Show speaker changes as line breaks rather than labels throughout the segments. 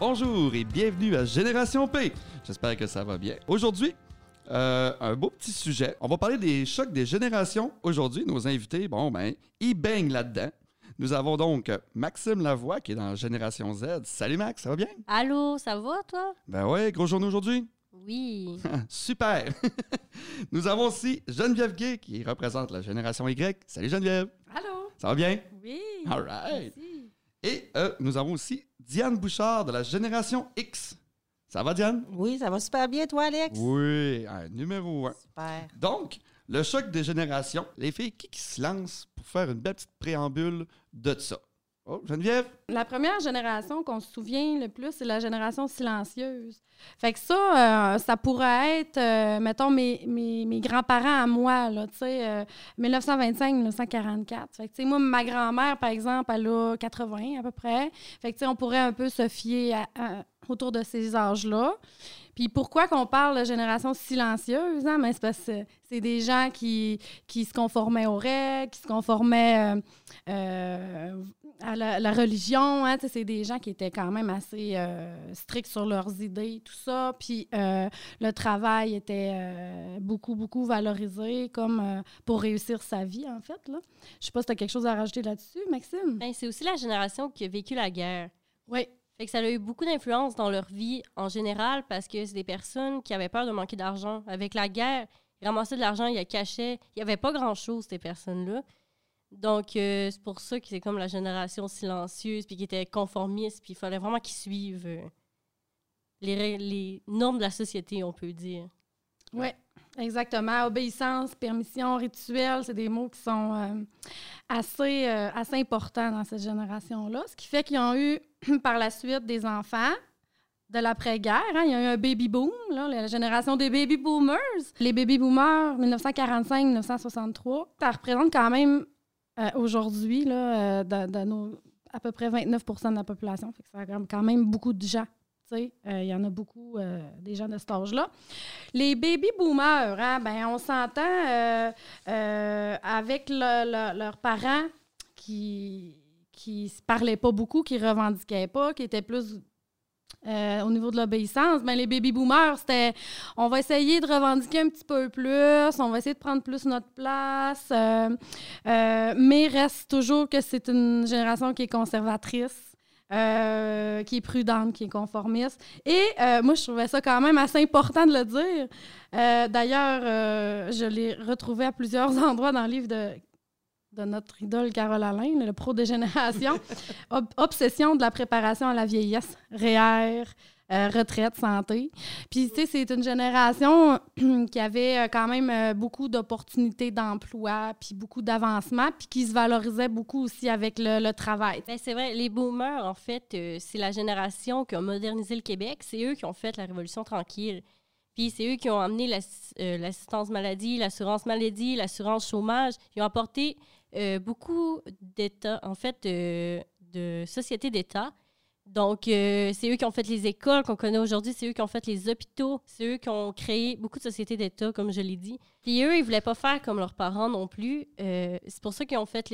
Bonjour et bienvenue à Génération P. J'espère que ça va bien. Aujourd'hui, un beau petit sujet. On va parler des chocs des générations. Aujourd'hui, nos invités, ils baignent là-dedans. Nous avons donc Maxime Lavoie qui est dans Génération Z. Salut Max, ça va bien?
Allô, ça va toi?
Ben ouais, grosse journée aujourd'hui.
Oui.
Super! Nous avons aussi Geneviève Gay qui représente la Génération Y. Salut Geneviève!
Allô?
Ça va bien?
Oui.
All right.
Merci.
Et nous avons aussi Diane Bouchard de la Génération X. Ça va, Diane?
Oui, ça va super bien, toi, Alex?
Oui, numéro 1.
Super.
Donc, le choc des générations, les filles, qui se lance pour faire une belle petite préambule de ça? Oh, Geneviève?
La première génération qu'on se souvient le plus, c'est la génération silencieuse. Fait que ça, ça pourrait être, mettons, mes grands-parents à moi, là, tu sais, 1925-1944. Fait que, tu sais, moi, ma grand-mère, par exemple, elle a 80 à peu près. Fait que, tu sais, on pourrait un peu se fier autour de ces âges-là. Puis pourquoi qu'on parle de génération silencieuse? Hein? Mais c'est parce que c'est des gens qui se conformaient aux règles, qui se conformaient à la religion. Hein? C'est des gens qui étaient quand même assez stricts sur leurs idées, tout ça. Puis le travail était beaucoup, beaucoup valorisé comme pour réussir sa vie, en fait. Là. Je sais pas si tu as quelque chose à rajouter là-dessus, Maxime?
Ben, c'est aussi la génération qui a vécu la guerre.
Oui.
Fait que ça a eu beaucoup d'influence dans leur vie en général parce que c'est des personnes qui avaient peur de manquer d'argent. Avec la guerre, ils ramassaient de l'argent, ils le cachaient. Il n'y avait pas grand-chose, ces personnes-là. Donc, c'est pour ça que c'est comme la génération silencieuse puis qui était conformiste. Puis il fallait vraiment qu'ils suivent les normes de la société, on peut dire.
Oui, exactement. Obéissance, permission, rituel, c'est des mots qui sont assez importants dans cette génération-là. Ce qui fait qu'ils ont eu par la suite des enfants de l'après-guerre. Hein. Il y a eu un baby-boom, là, la génération des baby-boomers. Les baby-boomers, 1945-1963, ça représente quand même aujourd'hui là, à peu près 29 % de la population. Fait que ça a quand même beaucoup de gens. Il y en a beaucoup des gens de cet âge-là. Les baby-boomers, hein, ben, on s'entend avec leurs parents qui se parlaient pas beaucoup, qui revendiquaient pas, qui étaient plus au niveau de l'obéissance. Ben, les baby-boomers, c'était on va essayer de revendiquer un petit peu plus, on va essayer de prendre plus notre place, mais reste toujours que c'est une génération qui est conservatrice. Qui est prudente, qui est conformiste. Et moi, je trouvais ça quand même assez important de le dire. D'ailleurs, je l'ai retrouvé à plusieurs endroits dans le livre de notre idole Carole Alain, le pro des générations. Obsession de la préparation à la vieillesse, REER, retraite, santé. Puis, tu sais, c'est une génération qui avait quand même beaucoup d'opportunités d'emploi, puis beaucoup d'avancement, puis qui se valorisait beaucoup aussi avec le travail.
Ben, c'est vrai, les boomers, en fait, c'est la génération qui a modernisé le Québec. C'est eux qui ont fait la Révolution tranquille. Puis c'est eux qui ont amené l'assistance maladie, l'assurance maladie, l'assurance chômage. Ils ont apporté beaucoup d'États, en fait, de sociétés d'État. Donc, c'est eux qui ont fait les écoles qu'on connaît aujourd'hui, c'est eux qui ont fait les hôpitaux, c'est eux qui ont créé beaucoup de sociétés d'État, comme je l'ai dit. Puis eux, ils ne voulaient pas faire comme leurs parents non plus. C'est pour ça qu'ils ont fait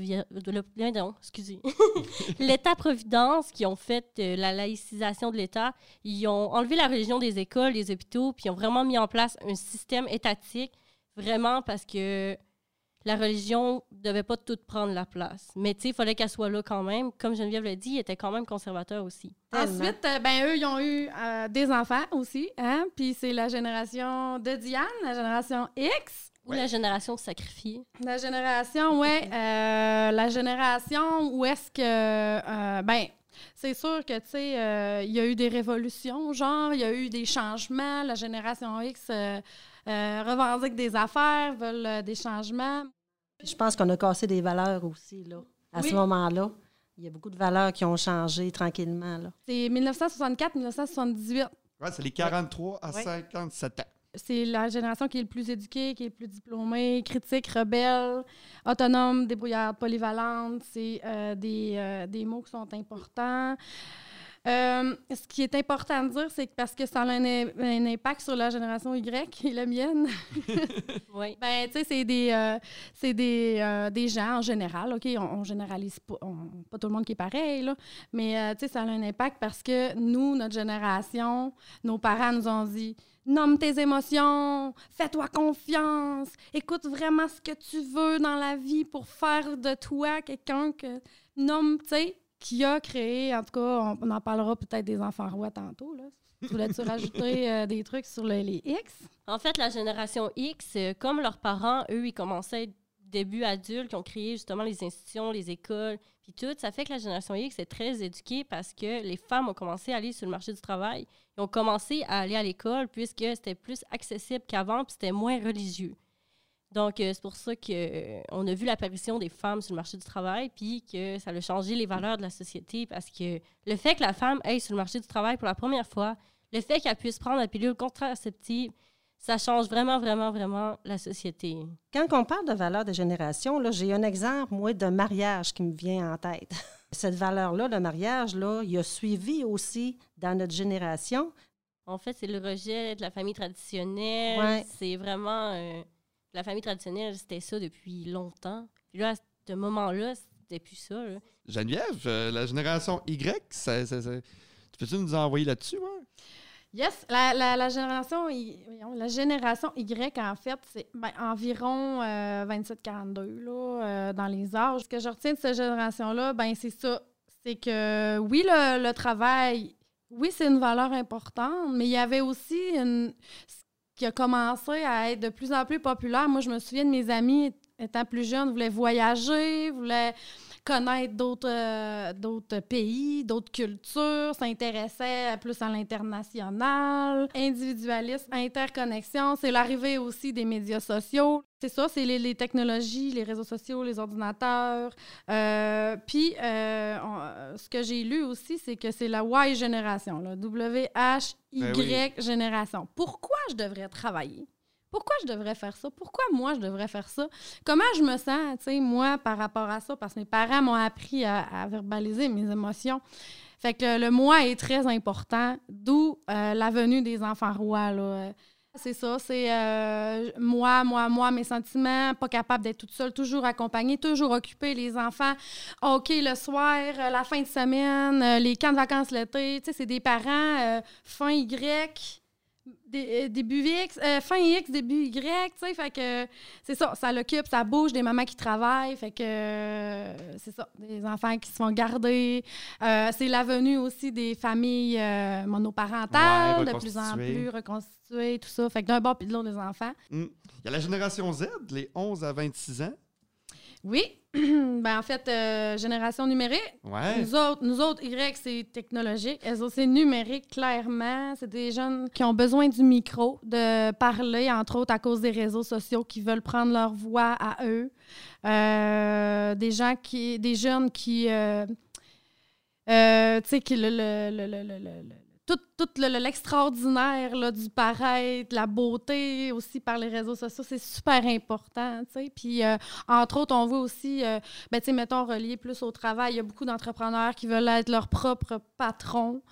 l'État-providence, qui ont fait la laïcisation de l'État. Ils ont enlevé la religion des écoles, des hôpitaux, puis ils ont vraiment mis en place un système étatique, vraiment parce que la religion ne devait pas tout prendre la place. Mais tu sais, il fallait qu'elle soit là quand même. Comme Geneviève l'a dit, ils étaient quand même conservateurs aussi.
Ensuite, ben eux, ils ont eu des enfants aussi. Hein? Puis c'est la génération de Diane, la génération X.
Ou la génération sacrifiée.
La génération, oui. La génération où est-ce que... ben, c'est sûr que, tu sais, il y a eu des révolutions, genre, il y a eu des changements. La génération X revendique des affaires, veulent des changements.
Je pense qu'on a cassé des valeurs aussi, là. À ce moment-là, il y a beaucoup de valeurs qui ont changé tranquillement, là.
C'est 1964-1978.
Oui, c'est les 43 à 57 ans.
C'est la génération qui est le plus éduquée, qui est le plus diplômée, critique, rebelle, autonome, débrouillarde, polyvalente. C'est des mots qui sont importants. Ce qui est important de dire, c'est que parce que ça a un impact sur la génération Y et la mienne.
Oui.
Ben, tu sais, c'est des gens en général, OK? On généralise pas, pas tout le monde qui est pareil, là. Mais, tu sais, ça a un impact parce que nous, notre génération, nos parents nous ont dit « Nomme tes émotions, fais-toi confiance, écoute vraiment ce que tu veux dans la vie pour faire de toi quelqu'un que... » Nomme, tu sais, qui a créé, en tout cas, on en parlera peut-être des enfants rois tantôt, là. Voulais-tu rajouter des trucs sur les X?
En fait, la génération X, comme leurs parents, eux, ils commençaient début adultes, qui ont créé justement les institutions, les écoles, puis tout. Ça fait que la génération X est très éduquée parce que les femmes ont commencé à aller sur le marché du travail. Ils ont commencé à aller à l'école puisque c'était plus accessible qu'avant puis c'était moins religieux. Donc, c'est pour ça qu'on a vu l'apparition des femmes sur le marché du travail puis que ça a changé les valeurs de la société parce que le fait que la femme aille sur le marché du travail pour la première fois, le fait qu'elle puisse prendre la pilule contraceptive, ça change vraiment, vraiment, vraiment la société.
Quand on parle de valeur de génération, là, j'ai un exemple, moi, de mariage qui me vient en tête. Cette valeur-là, le mariage, là, il a suivi aussi dans notre génération.
En fait, c'est le rejet de la famille traditionnelle.
Ouais.
C'est vraiment... la famille traditionnelle, c'était ça depuis longtemps. Puis là, à ce moment-là, c'était plus ça. Là.
Geneviève, la génération Y, tu peux-tu nous envoyer là-dessus? Ouais?
Yes, la génération Y, en fait, c'est environ 27-42, là, dans les âges. Ce que je retiens de cette génération-là, ben c'est ça. C'est que, oui, le travail, oui, c'est une valeur importante, mais il y avait aussi ce qui a commencé à être de plus en plus populaire. Moi, je me souviens de mes amis, étant plus jeunes, voulaient voyager, voulaient connaître d'autres pays, d'autres cultures, s'intéressaient plus à l'international, individualisme, interconnexion. C'est l'arrivée aussi des médias sociaux. C'est ça, c'est les technologies, les réseaux sociaux, les ordinateurs. Puis, ce que j'ai lu aussi, c'est que c'est la Y génération, la WHY génération. Pourquoi je devrais travailler? Pourquoi je devrais faire ça? Pourquoi moi, je devrais faire ça? Comment je me sens, tu sais, moi, par rapport à ça? Parce que mes parents m'ont appris à verbaliser mes émotions. Fait que le moi est très important, d'où la venue des enfants rois, là. C'est ça, c'est moi, mes sentiments, pas capable d'être toute seule, toujours accompagnée, toujours occupée, les enfants, OK, le soir, la fin de semaine, les camps de vacances l'été, tu sais, c'est des parents fin Y... début X, fin X, début Y, tu sais, fait que c'est ça, ça l'occupe, ça bouge, des mamans qui travaillent, fait que c'est ça, des enfants qui se font garder. C'est la venue aussi des familles monoparentales, de plus en plus reconstituées, tout ça, fait que d'un bord puis de l'autre des enfants.
Il y a la génération Z, les 11 à 26 ans.
Oui, ben en fait, génération numérique.
Ouais.
Nous autres, Y, c'est technologique. Elles autres, c'est numérique, clairement. C'est des jeunes qui ont besoin du micro, de parler, entre autres, à cause des réseaux sociaux, qui veulent prendre leur voix à eux. Des jeunes qui, tu sais, qui tout l'extraordinaire là, du paraître, la beauté aussi par les réseaux sociaux, c'est super important, tu sais. Puis, entre autres, on voit aussi, ben, tu sais, mettons, relié plus au travail, il y a beaucoup d'entrepreneurs qui veulent être leur propre patron.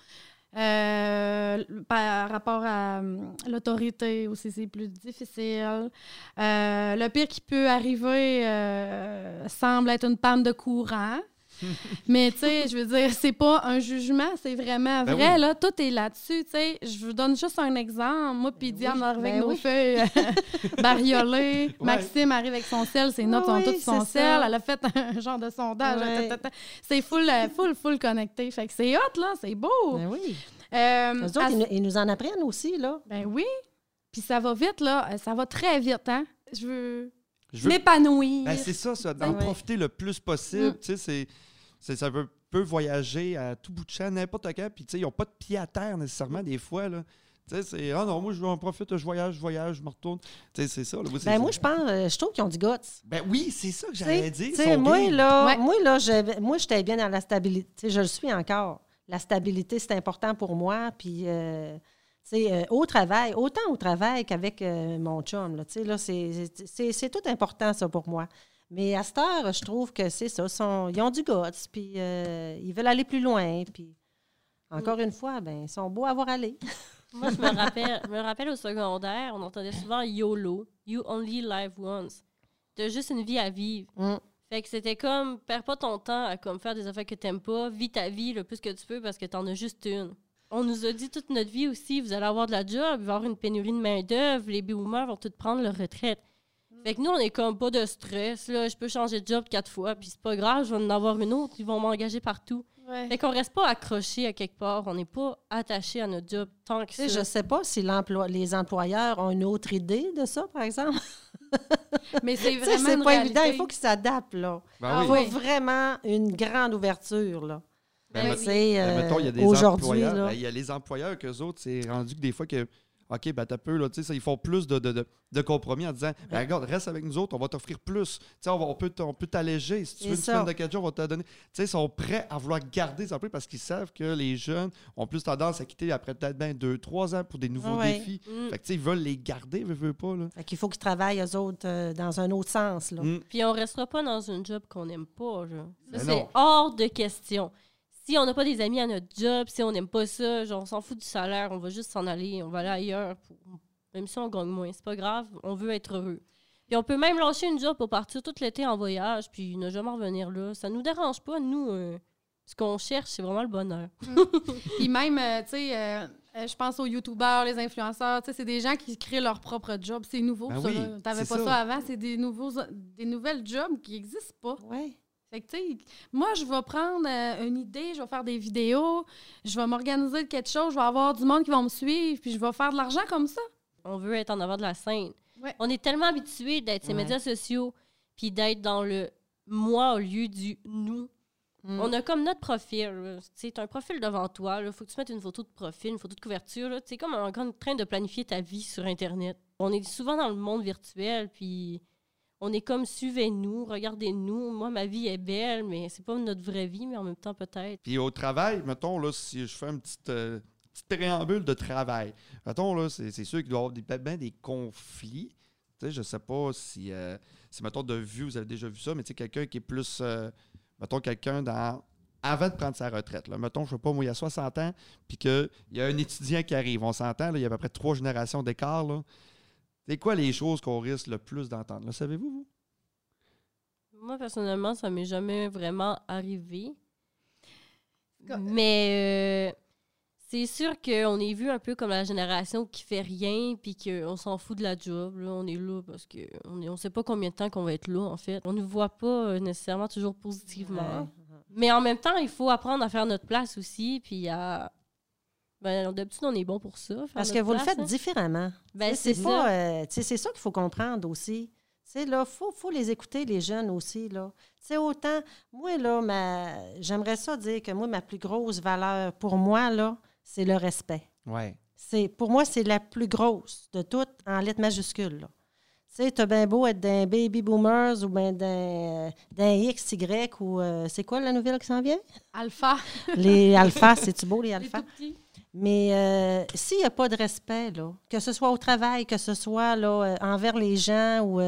Par rapport à l'autorité aussi, c'est plus difficile. Le pire qui peut arriver semble être une panne de courant. Mais, tu sais, je veux dire, c'est pas un jugement, c'est vraiment vrai, là. Tout est là-dessus, tu sais. Je vous donne juste un exemple. Moi, puis Diane arrive avec nos feuilles bariolées. Ouais. Maxime arrive avec son sel. Ses notes sont toutes son sel. Elle a fait un genre de sondage. Ouais. C'est full connecté. Fait que c'est hot, là. C'est beau.
Ben oui. Eux autres, ils nous en apprennent aussi, là.
Ben oui. Puis ça va vite, là. Ça va très vite, hein. Je veux m'épanouir.
Ben c'est ça, d'en profiter le plus possible. Tu sais, ça peut voyager à tout bout de champ, n'importe quand. Puis, tu sais, ils n'ont pas de pied à terre nécessairement, des fois. Tu sais, c'est non, moi, je en profite, je voyage, je me retourne. Tu sais, c'est ça. Là,
moi, je trouve qu'ils ont du guts.
Ben oui, c'est ça que j'allais dire.
Tu sais, moi, j'étais bien dans la stabilité. Tu sais, je le suis encore. La stabilité, c'est important pour moi. Puis, au travail, autant au travail qu'avec mon chum. Là, là, c'est tout important, ça, pour moi. Mais à cette heure, je trouve que c'est ça. Ils ont du guts, puis ils veulent aller plus loin. Puis Encore une fois, ben, ils sont beaux à voir aller.
Moi, je me rappelle au secondaire, on entendait souvent YOLO, You Only Live Once. T'as juste une vie à vivre. Fait que c'était comme, perds pas ton temps à comme faire des affaires que t'aimes pas, vis ta vie le plus que tu peux parce que t'en as juste une. On nous a dit toute notre vie aussi, vous allez avoir de la job, il va y avoir une pénurie de main-d'œuvre, les boomers vont tous prendre leur retraite. Fait que nous, on est comme pas de stress, là, je peux changer de job 4 fois, puis c'est pas grave, je vais en avoir une autre, ils vont m'engager partout.
Ouais.
Fait qu'on reste pas accroché à quelque part, on n'est pas attaché à notre job tant que ça.
Je sais pas si les employeurs ont une autre idée de ça, par exemple.
Mais c'est
Tu sais,
vraiment
c'est
une
pas
réalité.
évident, il faut qu'ils s'adaptent, là.
Ben
Il
oui.
faut vraiment une grande ouverture, là.
Ben,
Ben
mettons-
oui.
Tu sais,
ben, mettons, il y a des
aujourd'hui,
employeurs.
là.
Ben, il y a les employeurs qu'eux autres, c'est rendu que des fois que. OK, ben t'as peu, là, tu sais, ils font plus de compromis en disant ben, regarde, reste avec nous autres, on va t'offrir plus. Tu sais, on peut t'alléger. Si tu veux une
C'est
semaine
ça.
de 4 jours, on va te donner. Tu sais, ils sont prêts à vouloir garder les emplois parce qu'ils savent que les jeunes ont plus tendance à quitter après peut-être 2-3 ans pour des nouveaux
Ouais.
défis.
Mm.
Fait que, tu sais, ils veulent les garder, veulent pas, là.
Fait qu'il faut qu'ils travaillent, eux autres, dans un autre sens, là.
Puis on restera pas dans une job qu'on n'aime pas, là. Ça,
Ben
c'est
non.
hors de question. Si on n'a pas des amis à notre job, si on n'aime pas ça, genre on s'en fout du salaire, on va juste s'en aller, on va aller ailleurs. Même si on gagne moins, c'est pas grave, on veut être heureux. Puis on peut même lâcher une job pour partir tout l'été en voyage, puis ne jamais revenir là. Ça nous dérange pas, nous. Ce qu'on cherche, c'est vraiment le bonheur.
Puis même, tu sais, je pense aux YouTubeurs, les influenceurs, tu sais, c'est des gens qui créent leur propre job. C'est nouveau,
Ben
ça.
oui,
là. T'avais
c'est
pas
ça.
ça avant. C'est des nouvelles jobs qui n'existent pas.
Ouais.
Fait que, tu sais, moi, je vais prendre une idée, je vais faire des vidéos, je vais m'organiser de quelque chose, je vais avoir du monde qui va me suivre, puis je vais faire de l'argent comme ça.
On veut être en avant de la scène.
Ouais.
On est tellement habitués d'être ces
Ouais.
médias sociaux, puis d'être dans le moi au lieu du nous. On a comme notre profil. C'est un profil devant toi. Il faut que tu mettes une photo de profil, une photo de couverture. C'est comme en train de planifier ta vie sur Internet. On est souvent dans le monde virtuel, puis on est comme suivez-nous, regardez-nous. Moi, ma vie est belle, mais c'est pas notre vraie vie, mais en même temps, peut-être.
Puis au travail, mettons, là, si je fais une petite préambule de travail, mettons, là, c'est sûr qu'il doit y avoir des conflits. Tu sais, je sais pas si, mettons, de vue, vous avez déjà vu ça, mais tu sais, quelqu'un qui est plus, mettons, quelqu'un avant de prendre sa retraite. Là. Mettons, je sais pas, moi, il y a 60 ans, puis qu'il y a un étudiant qui arrive. On s'entend, là, il y a à peu près 3 générations d'écart, là. C'est quoi les choses qu'on risque le plus d'entendre? Le savez-vous, vous?
Moi, personnellement, ça m'est jamais vraiment arrivé.
Comme-
Mais c'est sûr qu'on est vu un peu comme la génération qui fait rien puis qu'on s'en fout de la job. Là. On est là parce qu'on sait pas combien de temps qu'on va être là, en fait. On ne voit pas nécessairement toujours positivement.
Ouais.
Mais en même temps, il faut apprendre à faire notre place aussi puis à... Ben, d'habitude, on est bon pour ça. faire
Parce que
notre
vous le
place,
faites
hein.
différemment.
Ben,
Tu sais,
c'est
pas,
ça.
tu sais, c'est ça qu'il faut comprendre aussi. Tu sais, là, faut les écouter, les jeunes aussi, là. Tu sais, autant, moi, là, j'aimerais ça dire que moi, ma plus grosse valeur, pour moi, là, c'est le respect.
Ouais.
Pour moi, c'est la plus grosse de toutes, en lettres majuscules, là. Tu sais, t'as bien beau être d'un baby boomers ou bien d'un XY ou... c'est quoi la nouvelle qui s'en vient?
Alpha.
Les alphas, c'est-tu beau, les
Les
alphas?
tout petits.
Mais s'il n'y a pas de respect, là, que ce soit au travail, que ce soit là, envers les gens, ou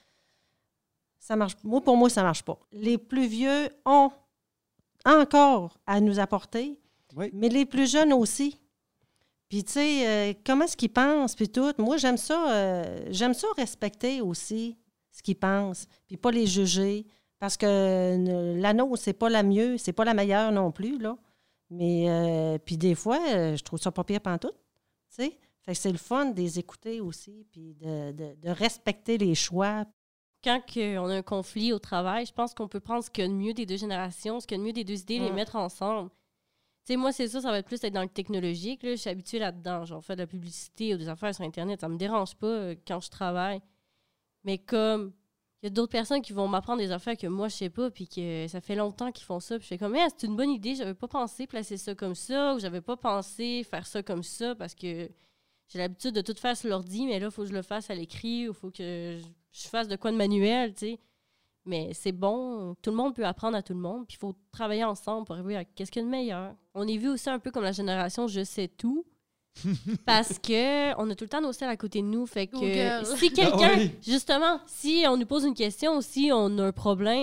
ça marche. Pour moi, ça ne marche pas. Les plus vieux ont encore à nous apporter,
Oui.
mais les plus jeunes aussi. Puis, tu sais, comment est-ce qu'ils pensent, puis tout. Moi, j'aime ça respecter aussi ce qu'ils pensent, puis pas les juger, parce que la nôtre, c'est pas la mieux, c'est pas la meilleure non plus, là. Mais, puis des fois, je trouve ça pas pire pantoute, tu sais. Fait que c'est le fun de les écouter aussi, puis de respecter les choix.
Quand on a un conflit au travail, je pense qu'on peut prendre ce qu'il y a de mieux des deux générations, ce qu'il y a de mieux des deux idées, les mettre ensemble. Tu sais, moi, c'est ça va être plus être dans le technologique. Là. Je suis habituée là-dedans. Genre, faire de la publicité ou des affaires sur Internet, ça me dérange pas quand je travaille. Mais comme, il y a d'autres personnes qui vont m'apprendre des affaires que moi, je sais pas, puis que ça fait longtemps qu'ils font ça. Puis je fais comme, c'est une bonne idée, j'avais pas pensé placer ça comme ça, ou j'avais pas pensé faire ça comme ça, parce que j'ai l'habitude de tout faire sur l'ordi, mais là, il faut que je le fasse à l'écrit, ou il faut que je fasse de quoi de manuel, tu sais. Mais c'est bon, tout le monde peut apprendre à tout le monde, puis il faut travailler ensemble pour arriver à qu'est-ce qu'il y a de meilleur. On est vu aussi un peu comme la génération « je sais tout », parce qu'on a tout le temps nos selles à côté de nous. Fait que
Google.
si quelqu'un,
Ah oui.
justement, si on nous pose une question ou si on a un problème,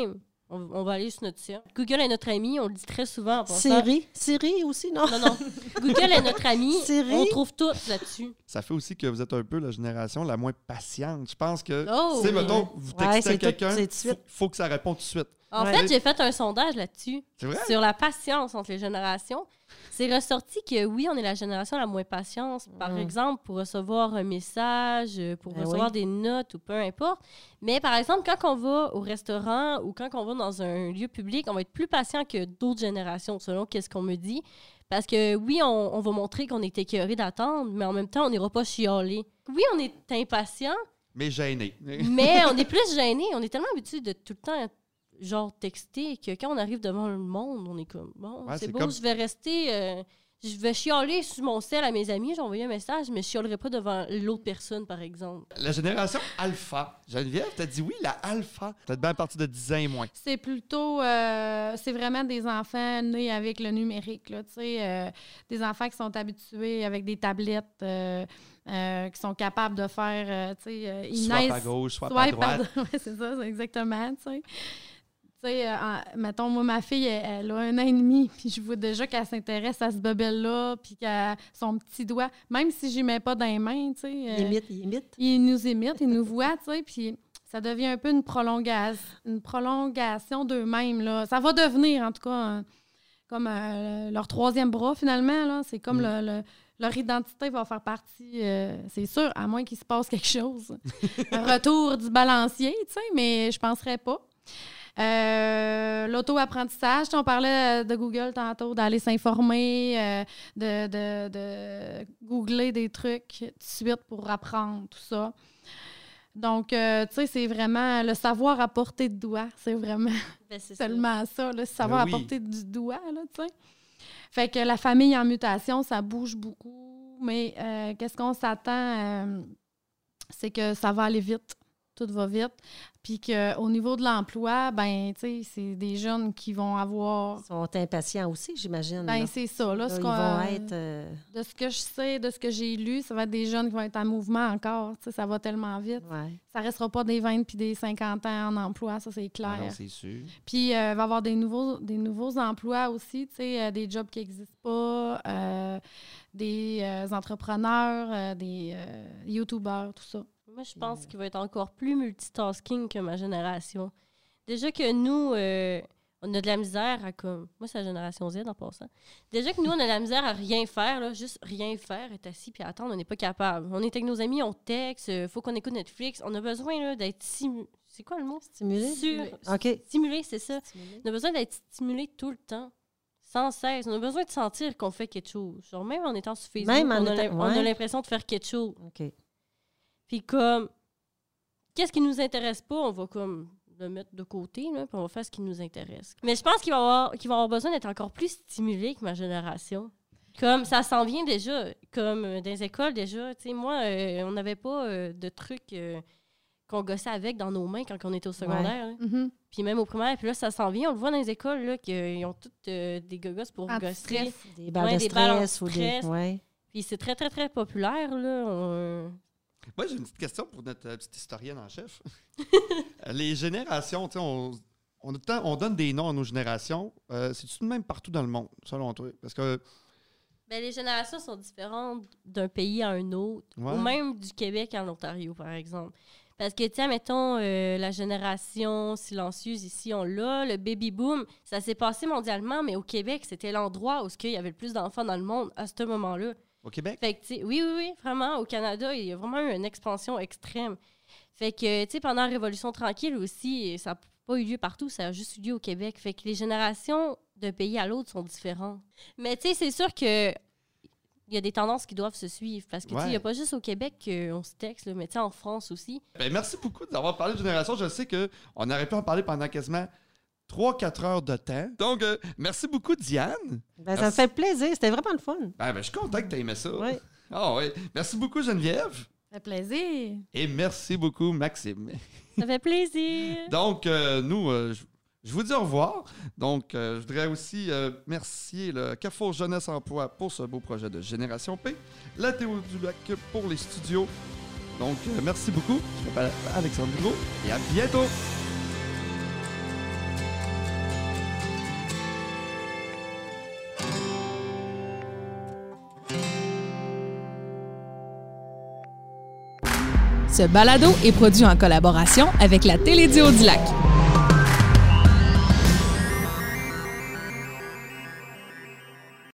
On va aller sur notre site. Google est notre ami, on le dit très souvent. En passant.
Siri aussi, non?
Non. Google est notre ami.
Siri?
On trouve tout là-dessus.
Ça fait aussi que vous êtes un peu la génération la moins patiente. Je pense que,
oui.
mettons, vous textez à quelqu'un,
il
faut que ça réponde tout de suite.
En fait, j'ai fait un sondage là-dessus.
C'est vrai?
Sur la patience entre les générations. C'est ressorti que oui, on est la génération la moins patiente. Par exemple, pour recevoir un message, pour recevoir des notes ou peu importe. Mais par exemple, quand on va au restaurant ou quand on va dans un lieu public, on va être plus patient que d'autres générations, selon ce qu'on me dit. Parce que oui, on va montrer qu'on est écœuré d'attendre, mais en même temps, on n'ira pas chialer. Oui, on est impatient.
Mais gêné.
Mais on est plus gêné. On est tellement habitué de tout le temps texter que quand on arrive devant le monde, on est comme bon, c'est beau, je vais rester, je vais chialer sur mon sel à mes amis, j'ai envoyé un message, mais je chialerai pas devant l'autre personne, par exemple.
La génération alpha. Geneviève, t'as dit oui, la alpha. T'as bien à partir de 10 ans et moins.
C'est plutôt, c'est vraiment des enfants nés avec le numérique, là, tu sais, des enfants qui sont habitués avec des tablettes, qui sont capables de faire, tu sais, ils
Soit
naissent...
à gauche, soit à droite.
Oui, c'est ça, c'est exactement, tu sais. Tu sais, mettons, moi, ma fille, elle a 1 an et demi, puis je vois déjà qu'elle s'intéresse à ce bebelle-là, puis qu'elle son petit doigt, même si je n'y mets pas dans les mains, tu sais.
Il imite.
Il nous imite, il nous voit, tu sais, puis ça devient un peu une prolongation d'eux-mêmes, là. Ça va devenir, en tout cas, comme leur 3e bras, finalement, là. C'est comme leur identité va faire partie, c'est sûr, à moins qu'il se passe quelque chose. Un retour du balancier, tu sais, mais je penserais pas. L'auto-apprentissage, on parlait de Google tantôt, d'aller s'informer, de googler des trucs tout de suite pour apprendre tout ça. Donc, tu sais, c'est vraiment le savoir à portée de doigt. C'est vraiment tellement ça, le savoir à portée du doigt, là, tu sais. Fait que la famille en mutation, ça bouge beaucoup, mais qu'est-ce qu'on s'attend? C'est que ça va aller vite. Tout va vite. Puis qu'au niveau de l'emploi, ben, tu sais, c'est des jeunes qui vont avoir...
Ils sont impatients aussi, j'imagine.
Ben, c'est ça. Là,
ils vont être...
De ce que je sais, de ce que j'ai lu, ça va être des jeunes qui vont être en mouvement encore. Tu sais, ça va tellement vite.
Ouais.
Ça restera pas des 20 puis des 50 ans en emploi, ça, c'est clair.
Non, c'est sûr.
Puis, il va y avoir des nouveaux emplois aussi, tu sais, des jobs qui n'existent pas, des entrepreneurs, des YouTubers, tout ça.
Moi, je pense qu'il va être encore plus multitasking que ma génération. Déjà que nous, on a de la misère à comme... Moi, c'est la génération Z en passant. Déjà que nous, on a de la misère à rien faire, là, juste rien faire, être assis puis attendre, on n'est pas capable. On est avec nos amis, on texte, il faut qu'on écoute Netflix. On a besoin là, d'être stimulé. C'est quoi le mot?
Stimulé? OK.
Stimulé, c'est ça.
Stimulé.
On a besoin d'être stimulé tout le temps. Sans cesse. On a besoin de sentir qu'on fait quelque chose. Genre, même en étant sur Facebook, on a l'impression de faire quelque chose.
OK.
Puis comme, qu'est-ce qui nous intéresse pas, on va comme le mettre de côté, là, puis on va faire ce qui nous intéresse. Mais je pense qu'il va avoir besoin d'être encore plus stimulé que ma génération. Comme, ça s'en vient déjà. Comme dans les écoles, déjà. Tu sais, moi, on n'avait pas de trucs qu'on gossait avec dans nos mains quand on était au secondaire.
Ouais. Mm-hmm.
Puis même au primaire. Puis là, ça s'en vient. On le voit dans les écoles, là, qu'ils ont toutes des gogosses pour gosser.
Des balles de stress. Ou des... Ouais.
Puis c'est très, très, très populaire, là.
Moi, j'ai une petite question pour notre petite historienne en chef. Les générations, tu sais, on donne des noms à nos générations. C'est-tu de même partout dans le monde, selon toi? Parce que...
Ben, les générations sont différentes d'un pays à un autre, ou même du Québec à l'Ontario, par exemple. Parce que, tiens, mettons, la génération silencieuse ici, on l'a, le baby-boom, ça s'est passé mondialement, mais au Québec, c'était l'endroit où il y avait le plus d'enfants dans le monde à ce moment-là.
Au Québec?
Fait que, oui, vraiment. Au Canada, il y a vraiment eu une expansion extrême. Fait que, tu sais, pendant la Révolution tranquille aussi, ça n'a pas eu lieu partout, ça a juste eu lieu au Québec. Fait que les générations d'un pays à l'autre sont différentes. Mais, tu sais, c'est sûr que il y a des tendances qui doivent se suivre. Parce que, tu sais, il n'y a pas juste au Québec qu'on se texte, là, mais tu sais, en France aussi.
Ben, merci beaucoup d'avoir parlé de génération. Je sais qu'on aurait pu en parler pendant quasiment 3-4 heures de temps. Donc, merci beaucoup, Diane.
Ben, ça me fait plaisir. C'était vraiment le fun.
Ben, je suis content que tu aies aimé ça.
Oui.
Ah oui. Merci beaucoup, Geneviève.
Ça fait plaisir.
Et merci beaucoup, Maxime.
Ça fait plaisir.
Donc, nous, je vous dis au revoir. Donc, je voudrais aussi remercier le Carrefour Jeunesse Emploi pour ce beau projet de Génération P, la Théo du Lac pour les studios. Donc, merci beaucoup. Je m'appelle Alexandre Dugault et à bientôt.
Ce balado est produit en collaboration avec la Télédio du Lac.